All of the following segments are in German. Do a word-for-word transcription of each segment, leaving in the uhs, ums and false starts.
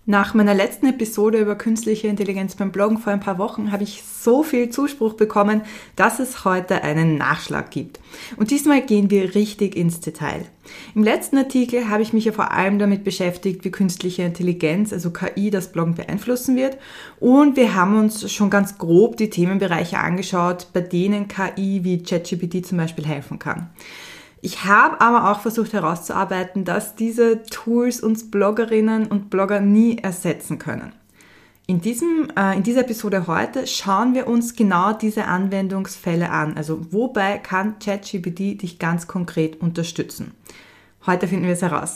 Nach meiner letzten Episode über künstliche Intelligenz beim Bloggen vor ein paar Wochen habe ich so viel Zuspruch bekommen, dass es heute einen Nachschlag gibt. Und diesmal gehen wir richtig ins Detail. Im letzten Artikel habe ich mich ja vor allem damit beschäftigt, wie künstliche Intelligenz, also K I, das Bloggen beeinflussen wird. Und wir haben uns schon ganz grob die Themenbereiche angeschaut, bei denen K I wie ChatGPT zum Beispiel helfen kann. Ich habe aber auch versucht herauszuarbeiten, dass diese Tools uns Bloggerinnen und Blogger nie ersetzen können. In, diesem, äh, in dieser Episode heute schauen wir uns genau diese Anwendungsfälle an. Also wobei kann ChatGPT dich ganz konkret unterstützen? Heute finden wir es heraus.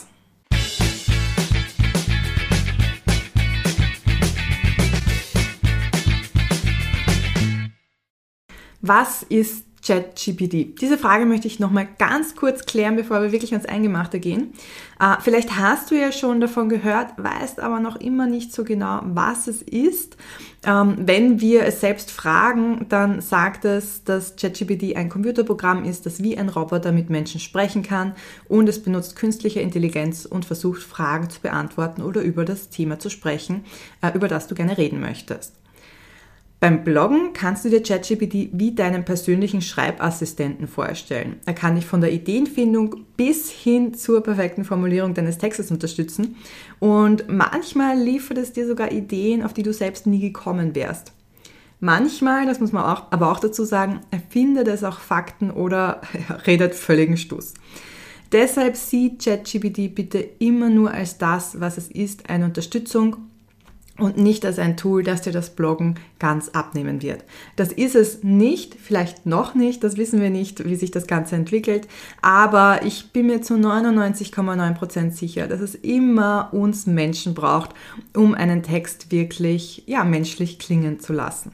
Was ist ChatGPT? Diese Frage möchte ich nochmal ganz kurz klären, bevor wir wirklich ans Eingemachte gehen. Äh, vielleicht hast du ja schon davon gehört, weißt aber noch immer nicht so genau, was es ist. Ähm, wenn wir es selbst fragen, dann sagt es, dass ChatGPT ein Computerprogramm ist, das wie ein Roboter mit Menschen sprechen kann und es benutzt künstliche Intelligenz und versucht, Fragen zu beantworten oder über das Thema zu sprechen, äh, über das du gerne reden möchtest. Beim Bloggen kannst du dir ChatGPT wie deinen persönlichen Schreibassistenten vorstellen. Er kann dich von der Ideenfindung bis hin zur perfekten Formulierung deines Textes unterstützen und manchmal liefert es dir sogar Ideen, auf die du selbst nie gekommen wärst. Manchmal, das muss man auch, aber auch dazu sagen, erfindet es auch Fakten oder redet völligen Stuss. Deshalb sieht ChatGPT bitte immer nur als das, was es ist, eine Unterstützung und nicht als ein Tool, das dir das Bloggen ganz abnehmen wird. Das ist es nicht, vielleicht noch nicht, das wissen wir nicht, wie sich das Ganze entwickelt, aber ich bin mir zu neunundneunzig Komma neun Prozent sicher, dass es immer uns Menschen braucht, um einen Text wirklich, ja, menschlich klingen zu lassen.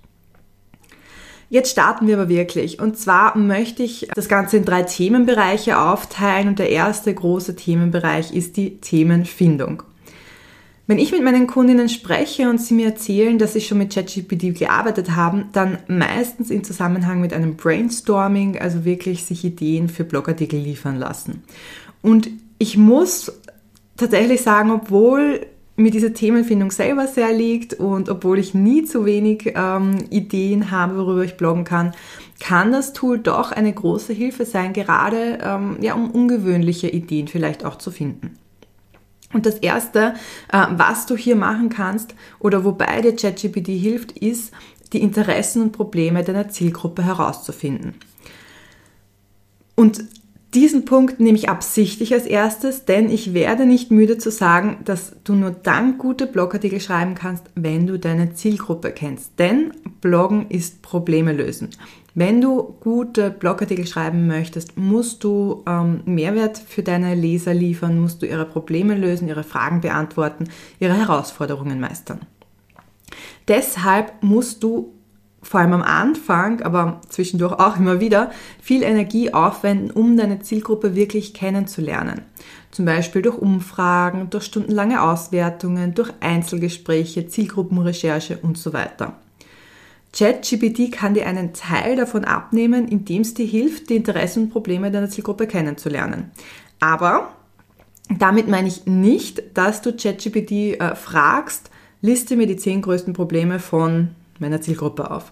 Jetzt starten wir aber wirklich, und zwar möchte ich das Ganze in drei Themenbereiche aufteilen und der erste große Themenbereich ist die Themenfindung. Wenn ich mit meinen Kundinnen spreche und sie mir erzählen, dass sie schon mit ChatGPT gearbeitet haben, dann meistens im Zusammenhang mit einem Brainstorming, also wirklich sich Ideen für Blogartikel liefern lassen. Und ich muss tatsächlich sagen, obwohl mir diese Themenfindung selber sehr liegt und obwohl ich nie zu wenig ähm, Ideen habe, worüber ich bloggen kann, kann das Tool doch eine große Hilfe sein, gerade ähm, ja, um ungewöhnliche Ideen vielleicht auch zu finden. Und das Erste, was du hier machen kannst oder wobei dir ChatGPT hilft, ist, die Interessen und Probleme deiner Zielgruppe herauszufinden. Und diesen Punkt nehme ich absichtlich als erstes, denn ich werde nicht müde zu sagen, dass du nur dann gute Blogartikel schreiben kannst, wenn du deine Zielgruppe kennst. Denn Bloggen ist Probleme lösen. Wenn du gute Blogartikel schreiben möchtest, musst du ähm, Mehrwert für deine Leser liefern, musst du ihre Probleme lösen, ihre Fragen beantworten, ihre Herausforderungen meistern. Deshalb musst du vor allem am Anfang, aber zwischendurch auch immer wieder, viel Energie aufwenden, um deine Zielgruppe wirklich kennenzulernen. Zum Beispiel durch Umfragen, durch stundenlange Auswertungen, durch Einzelgespräche, Zielgruppenrecherche und so weiter. ChatGPT kann dir einen Teil davon abnehmen, indem es dir hilft, die Interessen und Probleme deiner Zielgruppe kennenzulernen. Aber damit meine ich nicht, dass du ChatGPT äh, fragst, liste mir die zehn größten Probleme von meiner Zielgruppe auf.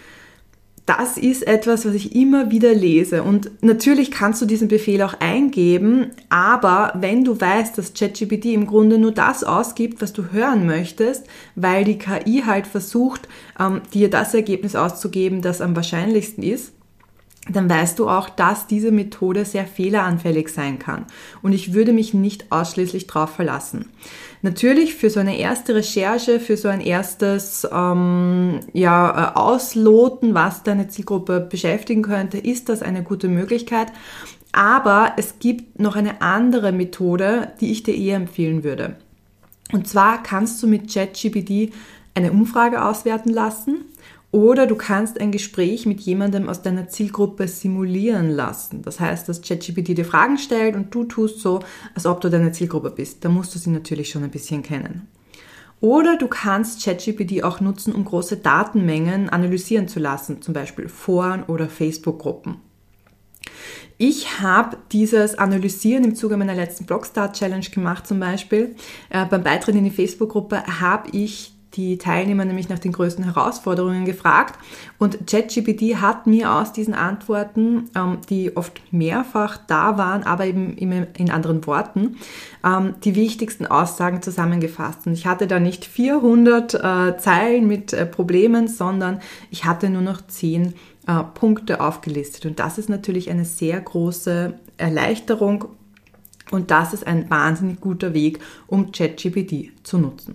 Das ist etwas, was ich immer wieder lese und natürlich kannst du diesen Befehl auch eingeben, aber wenn du weißt, dass ChatGPT im Grunde nur das ausgibt, was du hören möchtest, weil die K I halt versucht, ähm, dir das Ergebnis auszugeben, das am wahrscheinlichsten ist, dann weißt du auch, dass diese Methode sehr fehleranfällig sein kann. Und ich würde mich nicht ausschließlich darauf verlassen. Natürlich für so eine erste Recherche, für so ein erstes ähm, ja, Ausloten, was deine Zielgruppe beschäftigen könnte, ist das eine gute Möglichkeit. Aber es gibt noch eine andere Methode, die ich dir eher empfehlen würde. Und zwar kannst du mit ChatGPT eine Umfrage auswerten lassen. Oder du kannst ein Gespräch mit jemandem aus deiner Zielgruppe simulieren lassen. Das heißt, dass ChatGPT dir Fragen stellt und du tust so, als ob du deine Zielgruppe bist. Da musst du sie natürlich schon ein bisschen kennen. Oder du kannst ChatGPT auch nutzen, um große Datenmengen analysieren zu lassen, zum Beispiel Foren oder Facebook-Gruppen. Ich habe dieses Analysieren im Zuge meiner letzten Blogstart-Challenge gemacht zum Beispiel. Äh, beim Beitritt in die Facebook-Gruppe habe ich die Teilnehmer nämlich nach den größten Herausforderungen gefragt und ChatGPT hat mir aus diesen Antworten, ähm, die oft mehrfach da waren, aber eben in anderen Worten, ähm, die wichtigsten Aussagen zusammengefasst. Und ich hatte da nicht vierhundert äh, Zeilen mit äh, Problemen, sondern ich hatte nur noch zehn äh, Punkte aufgelistet. Und das ist natürlich eine sehr große Erleichterung und das ist ein wahnsinnig guter Weg, um ChatGPT zu nutzen.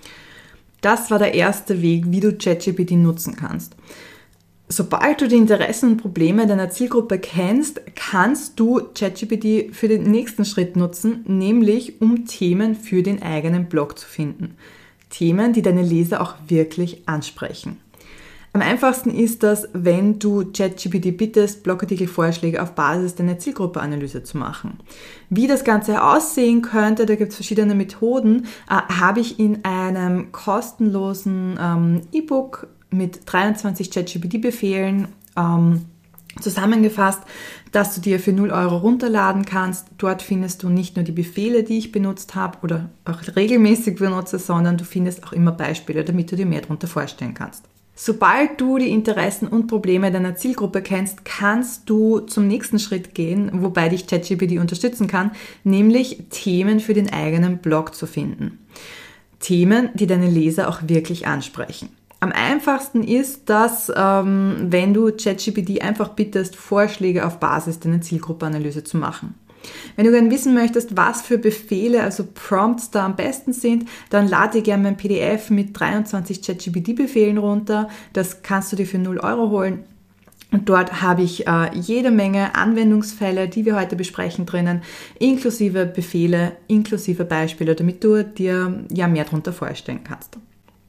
Das war der erste Weg, wie du ChatGPT nutzen kannst. Sobald du die Interessen und Probleme deiner Zielgruppe kennst, kannst du ChatGPT für den nächsten Schritt nutzen, nämlich um Themen für den eigenen Blog zu finden. Themen, die deine Leser auch wirklich ansprechen. Am einfachsten ist das, wenn du ChatGPT bittest, Blogartikelvorschläge auf Basis deiner Zielgruppeanalyse zu machen. Wie das Ganze aussehen könnte, da gibt es verschiedene Methoden, äh, habe ich in einem kostenlosen ähm, E-Book mit dreiundzwanzig ChatGPT-Befehlen ähm, zusammengefasst, dass du dir für null Euro runterladen kannst. Dort findest du nicht nur die Befehle, die ich benutzt habe oder auch regelmäßig benutze, sondern du findest auch immer Beispiele, damit du dir mehr darunter vorstellen kannst. Sobald du die Interessen und Probleme deiner Zielgruppe kennst, kannst du zum nächsten Schritt gehen, wobei dich ChatGPT unterstützen kann, nämlich Themen für den eigenen Blog zu finden. Themen, die deine Leser auch wirklich ansprechen. Am einfachsten ist das, ähm, wenn du ChatGPT einfach bittest, Vorschläge auf Basis deiner Zielgruppeanalyse zu machen. Wenn du gerne wissen möchtest, was für Befehle, also Prompts da am besten sind, dann lade dir gerne mein P D F mit dreiundzwanzig ChatGPT-Befehlen runter. Das kannst du dir für null Euro holen. Und dort habe ich äh, jede Menge Anwendungsfälle, die wir heute besprechen drinnen, inklusive Befehle, inklusive Beispiele, damit du dir ja mehr darunter vorstellen kannst.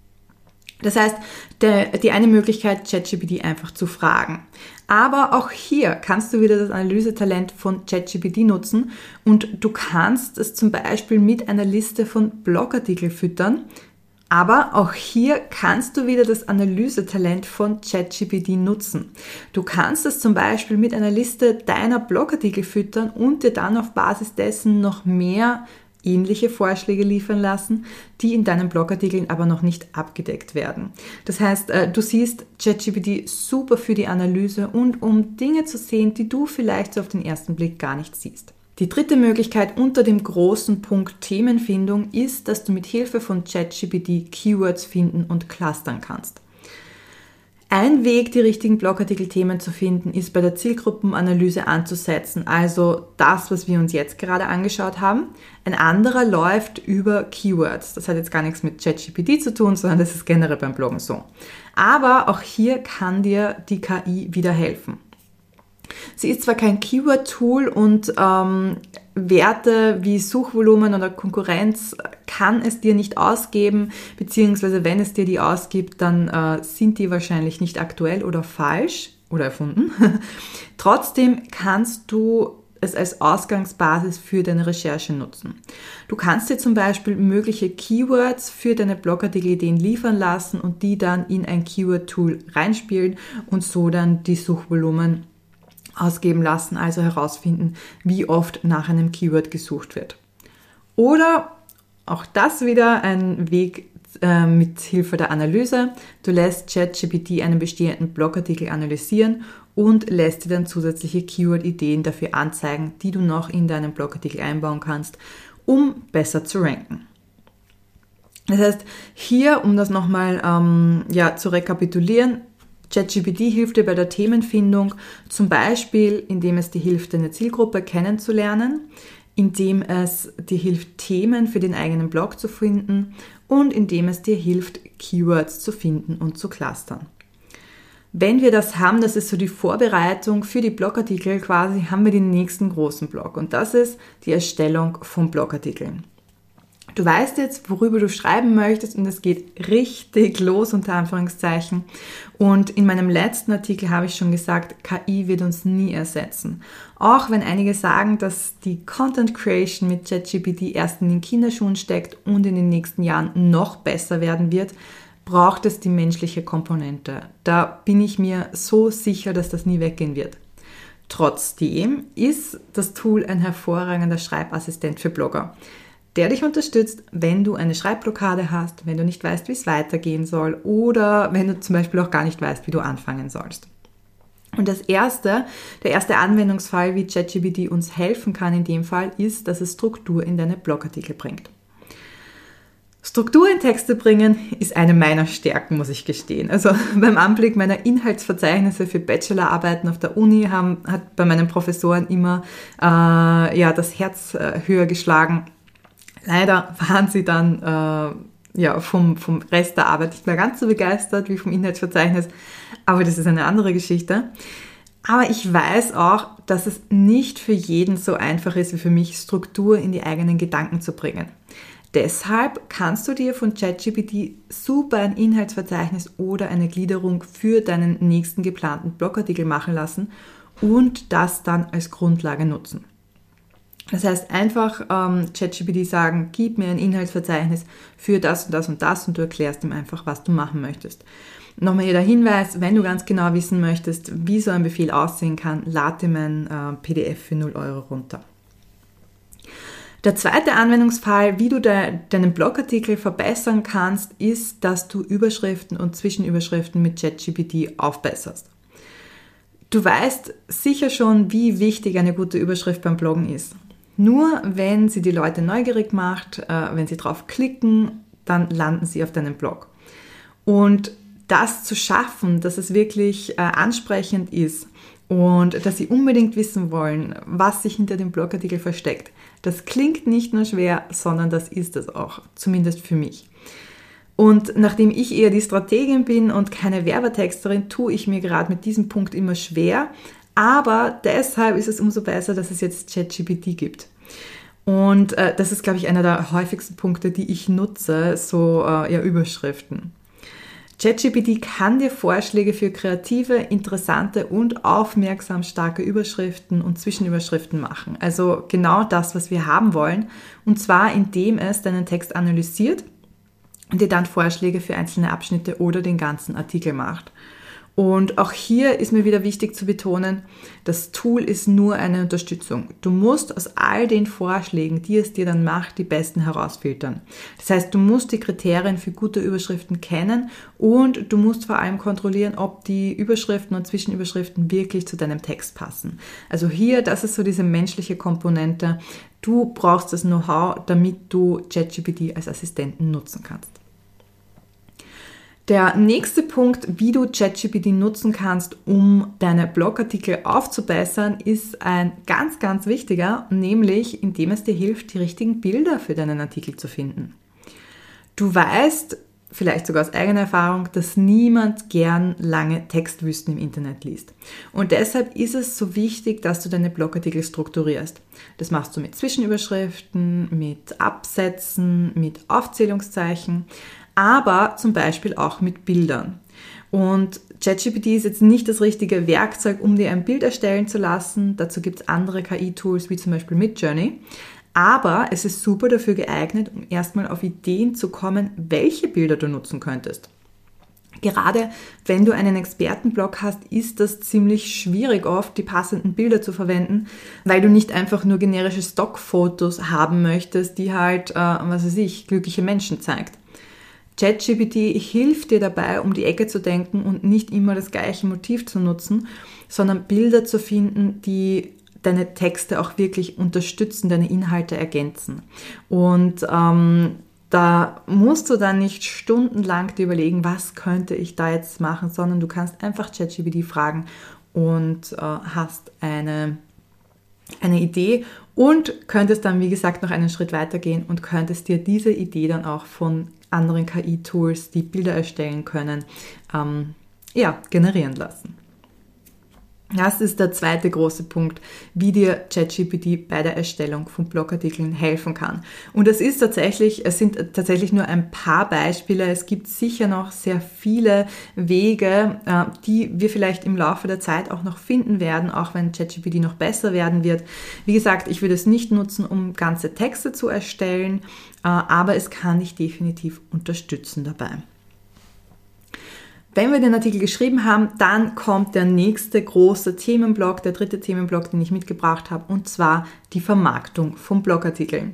Das heißt, der, die eine Möglichkeit, ChatGPT einfach zu fragen. Aber auch hier kannst du wieder das Analysetalent von ChatGPT nutzen und du kannst es zum Beispiel mit einer Liste von Blogartikeln füttern. Aber auch hier kannst du wieder das Analysetalent von ChatGPT nutzen. Du kannst es zum Beispiel mit einer Liste deiner Blogartikel füttern und dir dann auf Basis dessen noch mehr ähnliche Vorschläge liefern lassen, die in deinen Blogartikeln aber noch nicht abgedeckt werden. Das heißt, du siehst ChatGPT super für die Analyse und um Dinge zu sehen, die du vielleicht so auf den ersten Blick gar nicht siehst. Die dritte Möglichkeit unter dem großen Punkt Themenfindung ist, dass du mit Hilfe von ChatGPT Keywords finden und clustern kannst. Ein Weg, die richtigen Blogartikelthemen zu finden, ist bei der Zielgruppenanalyse anzusetzen, also das, was wir uns jetzt gerade angeschaut haben. Ein anderer läuft über Keywords. Das hat jetzt gar nichts mit ChatGPT zu tun, sondern das ist generell beim Bloggen so. Aber auch hier kann dir die K I wieder helfen. Sie ist zwar kein Keyword-Tool und ähm, Werte wie Suchvolumen oder Konkurrenz kann es dir nicht ausgeben, beziehungsweise wenn es dir die ausgibt, dann äh, sind die wahrscheinlich nicht aktuell oder falsch oder erfunden. Trotzdem kannst du es als Ausgangsbasis für deine Recherche nutzen. Du kannst dir zum Beispiel mögliche Keywords für deine Blogartikel-Ideen liefern lassen und die dann in ein Keyword-Tool reinspielen und so dann die Suchvolumen ausgeben lassen, also herausfinden, wie oft nach einem Keyword gesucht wird. Oder auch das wieder ein Weg äh, mit Hilfe der Analyse. Du lässt ChatGPT einen bestehenden Blogartikel analysieren und lässt dir dann zusätzliche Keyword-Ideen dafür anzeigen, die du noch in deinen Blogartikel einbauen kannst, um besser zu ranken. Das heißt, hier, um das nochmal ähm, ja, zu rekapitulieren, ChatGPT hilft dir bei der Themenfindung, zum Beispiel, indem es dir hilft, deine Zielgruppe kennenzulernen, indem es dir hilft, Themen für den eigenen Blog zu finden und indem es dir hilft, Keywords zu finden und zu clustern. Wenn wir das haben, das ist so die Vorbereitung für die Blogartikel quasi, haben wir den nächsten großen Block und das ist die Erstellung von Blogartikeln. Du weißt jetzt, worüber du schreiben möchtest und es geht richtig los, unter Anführungszeichen. Und in meinem letzten Artikel habe ich schon gesagt, K I wird uns nie ersetzen. Auch wenn einige sagen, dass die Content Creation mit ChatGPT erst in den Kinderschuhen steckt und in den nächsten Jahren noch besser werden wird, braucht es die menschliche Komponente. Da bin ich mir so sicher, dass das nie weggehen wird. Trotzdem ist das Tool ein hervorragender Schreibassistent für Blogger, der dich unterstützt, wenn du eine Schreibblockade hast, wenn du nicht weißt, wie es weitergehen soll oder wenn du zum Beispiel auch gar nicht weißt, wie du anfangen sollst. Und das erste, der erste Anwendungsfall, wie ChatGPT uns helfen kann in dem Fall, ist, dass es Struktur in deine Blogartikel bringt. Struktur in Texte bringen ist eine meiner Stärken, muss ich gestehen. Also beim Anblick meiner Inhaltsverzeichnisse für Bachelorarbeiten auf der Uni haben, hat bei meinen Professoren immer äh, ja, das Herz äh, höher geschlagen. Leider waren sie dann äh, ja, vom, vom Rest der Arbeit nicht mehr ganz so begeistert wie vom Inhaltsverzeichnis, aber das ist eine andere Geschichte. Aber ich weiß auch, dass es nicht für jeden so einfach ist wie für mich, Struktur in die eigenen Gedanken zu bringen. Deshalb kannst du dir von ChatGPT super ein Inhaltsverzeichnis oder eine Gliederung für deinen nächsten geplanten Blogartikel machen lassen und das dann als Grundlage nutzen. Das heißt, einfach ähm, ChatGPT sagen, gib mir ein Inhaltsverzeichnis für das und das und das und du erklärst ihm einfach, was du machen möchtest. Nochmal hier der Hinweis, wenn du ganz genau wissen möchtest, wie so ein Befehl aussehen kann, lad dir mein äh, P D F für null Euro runter. Der zweite Anwendungsfall, wie du de, deinen Blogartikel verbessern kannst, ist, dass du Überschriften und Zwischenüberschriften mit ChatGPT aufbesserst. Du weißt sicher schon, wie wichtig eine gute Überschrift beim Bloggen ist. Nur wenn sie die Leute neugierig macht, äh, wenn sie drauf klicken, dann landen sie auf deinem Blog. Und das zu schaffen, dass es wirklich äh, ansprechend ist und dass sie unbedingt wissen wollen, was sich hinter dem Blogartikel versteckt, das klingt nicht nur schwer, sondern das ist es auch, zumindest für mich. Und nachdem ich eher die Strategin bin und keine Werbetexterin, tue ich mir gerade mit diesem Punkt immer schwer, aber deshalb ist es umso besser, dass es jetzt ChatGPT gibt. Und äh, das ist, glaube ich, einer der häufigsten Punkte, die ich nutze, so äh, ja, Überschriften. ChatGPT kann dir Vorschläge für kreative, interessante und aufmerksam starke Überschriften und Zwischenüberschriften machen. Also genau das, was wir haben wollen. Und zwar, indem es deinen Text analysiert und dir dann Vorschläge für einzelne Abschnitte oder den ganzen Artikel macht. Und auch hier ist mir wieder wichtig zu betonen, das Tool ist nur eine Unterstützung. Du musst aus all den Vorschlägen, die es dir dann macht, die besten herausfiltern. Das heißt, du musst die Kriterien für gute Überschriften kennen und du musst vor allem kontrollieren, ob die Überschriften und Zwischenüberschriften wirklich zu deinem Text passen. Also hier, das ist so diese menschliche Komponente. Du brauchst das Know-how, damit du ChatGPT als Assistenten nutzen kannst. Der nächste Punkt, wie du ChatGPT nutzen kannst, um deine Blogartikel aufzubessern, ist ein ganz, ganz wichtiger, nämlich indem es dir hilft, die richtigen Bilder für deinen Artikel zu finden. Du weißt, vielleicht sogar aus eigener Erfahrung, dass niemand gern lange Textwüsten im Internet liest. Und deshalb ist es so wichtig, dass du deine Blogartikel strukturierst. Das machst du mit Zwischenüberschriften, mit Absätzen, mit Aufzählungszeichen, aber zum Beispiel auch mit Bildern. Und ChatGPT ist jetzt nicht das richtige Werkzeug, um dir ein Bild erstellen zu lassen. Dazu gibt es andere K I-Tools wie zum Beispiel Midjourney. Aber es ist super dafür geeignet, um erstmal auf Ideen zu kommen, welche Bilder du nutzen könntest. Gerade wenn du einen Expertenblog hast, ist das ziemlich schwierig oft, die passenden Bilder zu verwenden, weil du nicht einfach nur generische Stockfotos haben möchtest, die halt, äh, was weiß ich, glückliche Menschen zeigt. ChatGPT hilft dir dabei, um die Ecke zu denken und nicht immer das gleiche Motiv zu nutzen, sondern Bilder zu finden, die deine Texte auch wirklich unterstützen, deine Inhalte ergänzen. Und ähm, da musst du dann nicht stundenlang dir überlegen, was könnte ich da jetzt machen, sondern du kannst einfach ChatGPT fragen und äh, hast eine, eine Idee und könntest dann, wie gesagt, noch einen Schritt weitergehen und könntest dir diese Idee dann auch von anderen K I-Tools, die Bilder erstellen können, ähm, ja, generieren lassen. Das ist der zweite große Punkt, wie dir ChatGPT bei der Erstellung von Blogartikeln helfen kann. Und es ist tatsächlich, es sind tatsächlich nur ein paar Beispiele. Es gibt sicher noch sehr viele Wege, die wir vielleicht im Laufe der Zeit auch noch finden werden, auch wenn ChatGPT noch besser werden wird. Wie gesagt, ich würde es nicht nutzen, um ganze Texte zu erstellen, aber es kann dich definitiv unterstützen dabei. Wenn wir den Artikel geschrieben haben, dann kommt der nächste große Themenblock, der dritte Themenblock, den ich mitgebracht habe, und zwar die Vermarktung vom Blogartikel.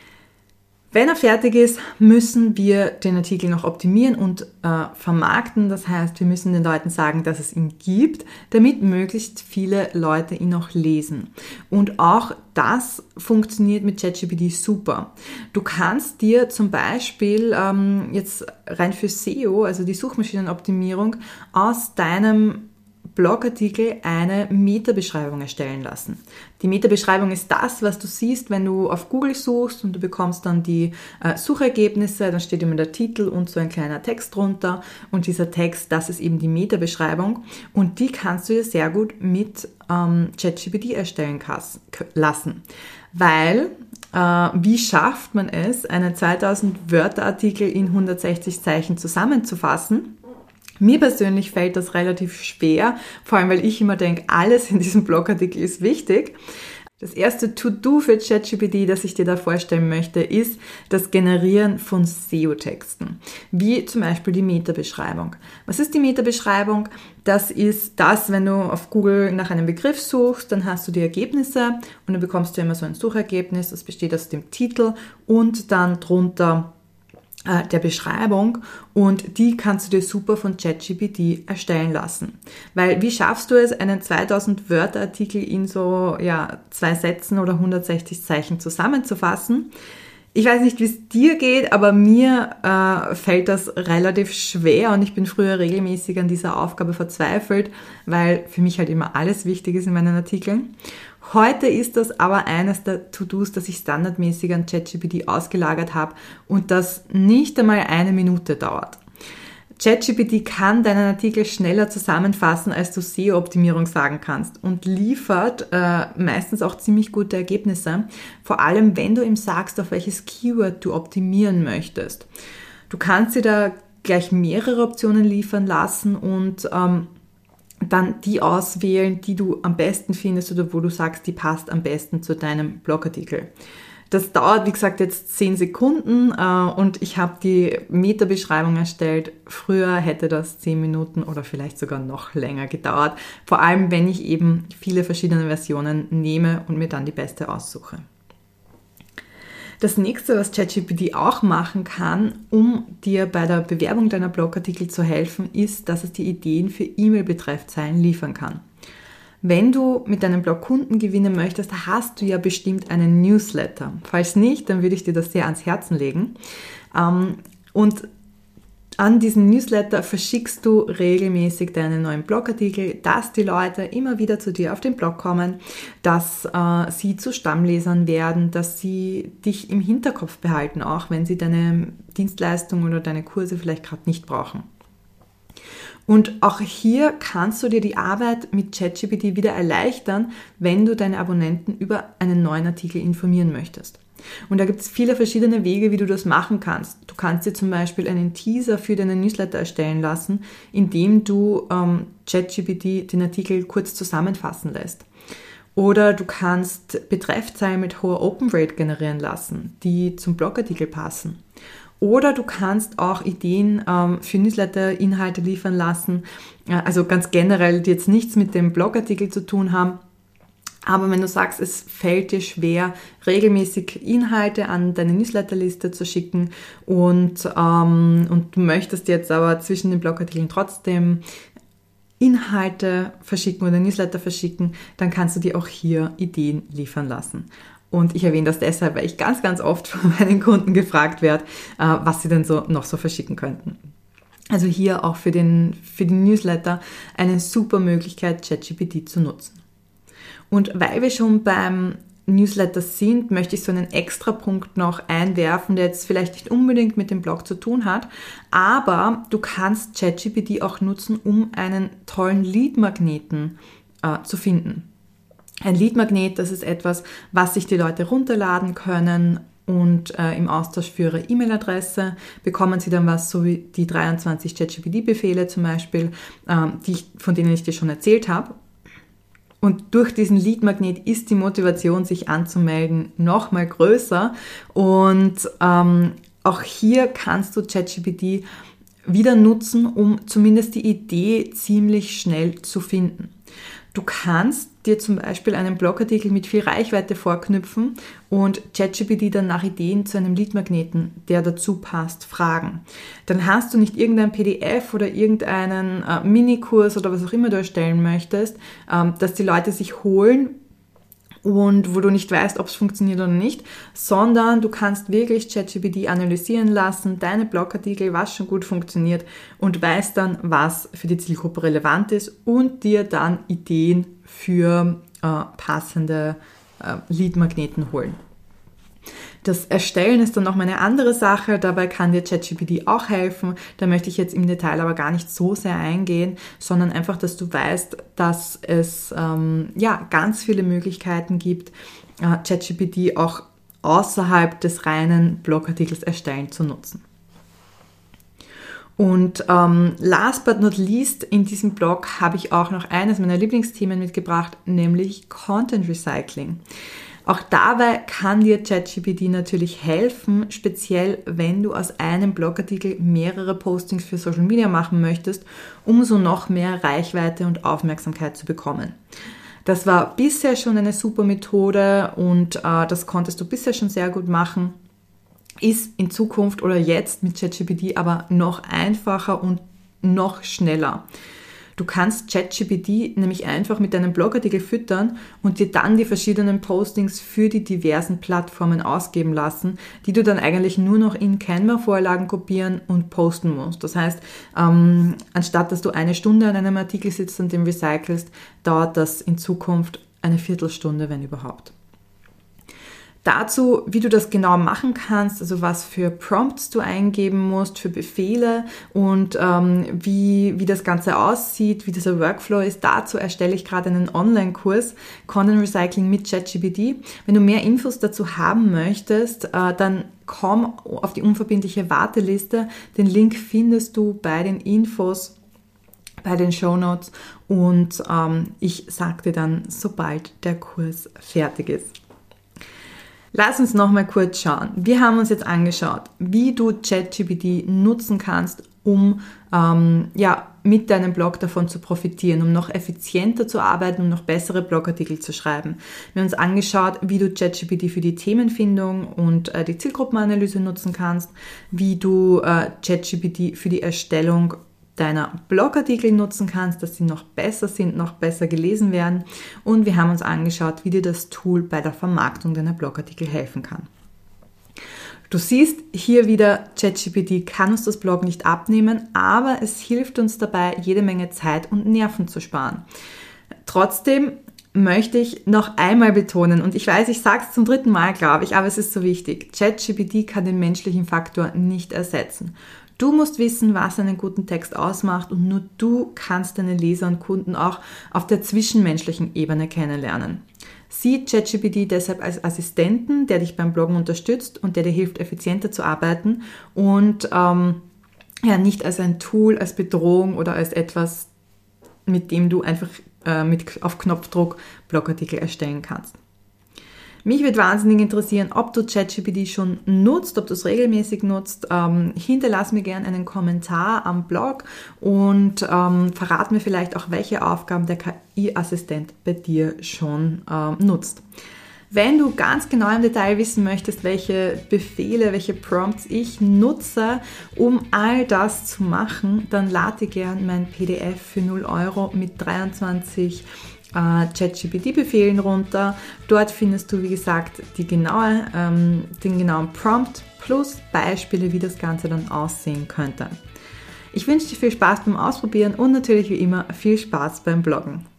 Wenn er fertig ist, müssen wir den Artikel noch optimieren und äh, vermarkten. Das heißt, wir müssen den Leuten sagen, dass es ihn gibt, damit möglichst viele Leute ihn auch lesen. Und auch das funktioniert mit ChatGPT super. Du kannst dir zum Beispiel ähm, jetzt rein für S E O, also die Suchmaschinenoptimierung, aus deinem Blogartikel eine Meta-Beschreibung erstellen lassen. Die Meta-Beschreibung ist das, was du siehst, wenn du auf Google suchst und du bekommst dann die äh, Suchergebnisse, dann steht immer der Titel und so ein kleiner Text drunter und dieser Text, das ist eben die Meta-Beschreibung und die kannst du dir sehr gut mit ähm, ChatGPT erstellen kas- lassen, weil äh, wie schafft man es, einen zweitausend Wörter Artikel in hundertsechzig Zeichen zusammenzufassen? Mir persönlich fällt das relativ schwer, vor allem weil ich immer denke, alles in diesem Blogartikel ist wichtig. Das erste To-Do für ChatGPT, das ich dir da vorstellen möchte, ist das Generieren von S E O-Texten, wie zum Beispiel die Meta-Beschreibung. Was ist die Meta-Beschreibung? Das ist das, wenn du auf Google nach einem Begriff suchst, dann hast du die Ergebnisse und dann bekommst du immer so ein Suchergebnis, das besteht aus dem Titel und dann drunter der Beschreibung und die kannst du dir super von ChatGPT erstellen lassen. Weil wie schaffst du es, einen zweitausend Wörter Artikel in so ja, zwei Sätzen oder hundertsechzig Zeichen zusammenzufassen? Ich weiß nicht, wie es dir geht, aber mir äh, fällt das relativ schwer und ich bin früher regelmäßig an dieser Aufgabe verzweifelt, weil für mich halt immer alles wichtig ist in meinen Artikeln. Heute ist das aber eines der To-Dos, das ich standardmäßig an ChatGPT ausgelagert habe und das nicht einmal eine Minute dauert. ChatGPT kann deinen Artikel schneller zusammenfassen, als du S E O-Optimierung sagen kannst und liefert äh, meistens auch ziemlich gute Ergebnisse, vor allem wenn du ihm sagst, auf welches Keyword du optimieren möchtest. Du kannst dir da gleich mehrere Optionen liefern lassen und ähm, dann die auswählen, die du am besten findest oder wo du sagst, die passt am besten zu deinem Blogartikel. Das dauert, wie gesagt, jetzt zehn Sekunden äh, und ich habe die Meta-Beschreibung erstellt. Früher hätte das zehn Minuten oder vielleicht sogar noch länger gedauert, vor allem wenn ich eben viele verschiedene Versionen nehme und mir dann die beste aussuche. Das nächste, was ChatGPT auch machen kann, um dir bei der Bewerbung deiner Blogartikel zu helfen, ist, dass es dir Ideen für E-Mail-Betreffzeilen liefern kann. Wenn du mit deinem Blog Kunden gewinnen möchtest, hast du ja bestimmt einen Newsletter. Falls nicht, dann würde ich dir das sehr ans Herzen legen. Und an diesen Newsletter verschickst du regelmäßig deine neuen Blogartikel, dass die Leute immer wieder zu dir auf den Blog kommen, dass äh, sie zu Stammlesern werden, dass sie dich im Hinterkopf behalten, auch wenn sie deine Dienstleistung oder deine Kurse vielleicht gerade nicht brauchen. Und auch hier kannst du dir die Arbeit mit ChatGPT wieder erleichtern, wenn du deine Abonnenten über einen neuen Artikel informieren möchtest. Und da gibt es viele verschiedene Wege, wie du das machen kannst. Du kannst dir zum Beispiel einen Teaser für deinen Newsletter erstellen lassen, indem du ähm, ChatGPT den Artikel kurz zusammenfassen lässt. Oder du kannst Betreffzeilen mit hoher Open Rate generieren lassen, die zum Blogartikel passen. Oder du kannst auch Ideen ähm, für Newsletter-Inhalte liefern lassen, äh, also ganz generell, die jetzt nichts mit dem Blogartikel zu tun haben. Aber wenn du sagst, es fällt dir schwer, regelmäßig Inhalte an deine Newsletterliste zu schicken und, ähm, und du möchtest jetzt aber zwischen den Blogartikeln trotzdem Inhalte verschicken oder Newsletter verschicken, dann kannst du dir auch hier Ideen liefern lassen. Und ich erwähne das deshalb, weil ich ganz, ganz oft von meinen Kunden gefragt werde, äh, was sie denn so noch so verschicken könnten. Also hier auch für den, für den Newsletter eine super Möglichkeit, ChatGPT zu nutzen. Und weil wir schon beim Newsletter sind, möchte ich so einen extra Punkt noch einwerfen, der jetzt vielleicht nicht unbedingt mit dem Blog zu tun hat, aber du kannst ChatGPT auch nutzen, um einen tollen Lead-Magneten äh, zu finden. Ein Lead-Magnet, das ist etwas, was sich die Leute runterladen können und äh, im Austausch für ihre E-Mail-Adresse bekommen sie dann was, so wie die dreiundzwanzig ChatGPT-Befehle zum Beispiel, ähm, die ich, von denen ich dir schon erzählt habe. Und durch diesen Lead-Magnet ist die Motivation, sich anzumelden, nochmal größer. Und ähm, auch hier kannst du ChatGPT wieder nutzen, um zumindest die Idee ziemlich schnell zu finden. Du kannst dir zum Beispiel einen Blogartikel mit viel Reichweite vorknüpfen und ChatGPT dann nach Ideen zu einem Leadmagneten, der dazu passt, fragen. Dann hast du nicht irgendein P D F oder irgendeinen äh, Minikurs oder was auch immer du erstellen möchtest, ähm, dass die Leute sich holen und wo du nicht weißt, ob es funktioniert oder nicht, sondern du kannst wirklich ChatGPT analysieren lassen, deine Blogartikel, was schon gut funktioniert und weißt dann, was für die Zielgruppe relevant ist und dir dann Ideen für äh, passende äh, Leadmagneten holen. Das Erstellen ist dann nochmal eine andere Sache, dabei kann dir ChatGPT auch helfen. Da möchte ich jetzt im Detail aber gar nicht so sehr eingehen, sondern einfach, dass du weißt, dass es ähm, ja ganz viele Möglichkeiten gibt, äh, ChatGPT auch außerhalb des reinen Blogartikels erstellen zu nutzen. Und ähm, last but not least in diesem Blog habe ich auch noch eines meiner Lieblingsthemen mitgebracht, nämlich Content Recycling. Auch dabei kann dir ChatGPT natürlich helfen, speziell wenn du aus einem Blogartikel mehrere Postings für Social Media machen möchtest, um so noch mehr Reichweite und Aufmerksamkeit zu bekommen. Das war bisher schon eine super Methode und äh, das konntest du bisher schon sehr gut machen, ist in Zukunft oder jetzt mit ChatGPT aber noch einfacher und noch schneller. Du kannst ChatGPT nämlich einfach mit deinem Blogartikel füttern und dir dann die verschiedenen Postings für die diversen Plattformen ausgeben lassen, die du dann eigentlich nur noch in Canva-Vorlagen kopieren und posten musst. Das heißt, ähm, anstatt dass du eine Stunde an einem Artikel sitzt und den recycelst, dauert das in Zukunft eine Viertelstunde, wenn überhaupt. Dazu, wie du das genau machen kannst, also was für Prompts du eingeben musst, für Befehle und ähm, wie, wie das Ganze aussieht, wie dieser Workflow ist, dazu erstelle ich gerade einen Online-Kurs, Content Recycling mit ChatGPT. Wenn du mehr Infos dazu haben möchtest, äh, dann komm auf die unverbindliche Warteliste. Den Link findest du bei den Infos, bei den Shownotes und ähm, ich sage dir dann, sobald der Kurs fertig ist. Lass uns noch mal kurz schauen. Wir haben uns jetzt angeschaut, wie du ChatGPT nutzen kannst, um ähm, ja, mit deinem Blog davon zu profitieren, um noch effizienter zu arbeiten, um noch bessere Blogartikel zu schreiben. Wir haben uns angeschaut, wie du ChatGPT für die Themenfindung und äh, die Zielgruppenanalyse nutzen kannst, wie du äh, ChatGPT für die Erstellung deiner Blogartikel nutzen kannst, dass sie noch besser sind, noch besser gelesen werden. Und wir haben uns angeschaut, wie dir das Tool bei der Vermarktung deiner Blogartikel helfen kann. Du siehst hier wieder, ChatGPT kann uns das Blog nicht abnehmen, aber es hilft uns dabei, jede Menge Zeit und Nerven zu sparen. Trotzdem möchte ich noch einmal betonen, und ich weiß, ich sage es zum dritten Mal, glaube ich, aber es ist so wichtig, ChatGPT kann den menschlichen Faktor nicht ersetzen. Du musst wissen, was einen guten Text ausmacht und nur du kannst deine Leser und Kunden auch auf der zwischenmenschlichen Ebene kennenlernen. Sieh ChatGPT deshalb als Assistenten, der dich beim Bloggen unterstützt und der dir hilft, effizienter zu arbeiten und ähm, ja, nicht als ein Tool, als Bedrohung oder als etwas, mit dem du einfach äh, mit, auf Knopfdruck Blogartikel erstellen kannst. Mich würde wahnsinnig interessieren, ob du ChatGPT schon nutzt, ob du es regelmäßig nutzt. Ähm, hinterlass mir gerne einen Kommentar am Blog und ähm, verrat mir vielleicht auch, welche Aufgaben der K I-Assistent bei dir schon ähm, nutzt. Wenn du ganz genau im Detail wissen möchtest, welche Befehle, welche Prompts ich nutze, um all das zu machen, dann lade dir gerne mein P D F für null Euro mit dreiundzwanzig ChatGPT-Befehlen runter. Dort findest du, wie gesagt, die genaue, ähm, den genauen Prompt plus Beispiele, wie das Ganze dann aussehen könnte. Ich wünsche dir viel Spaß beim Ausprobieren und natürlich wie immer viel Spaß beim Bloggen.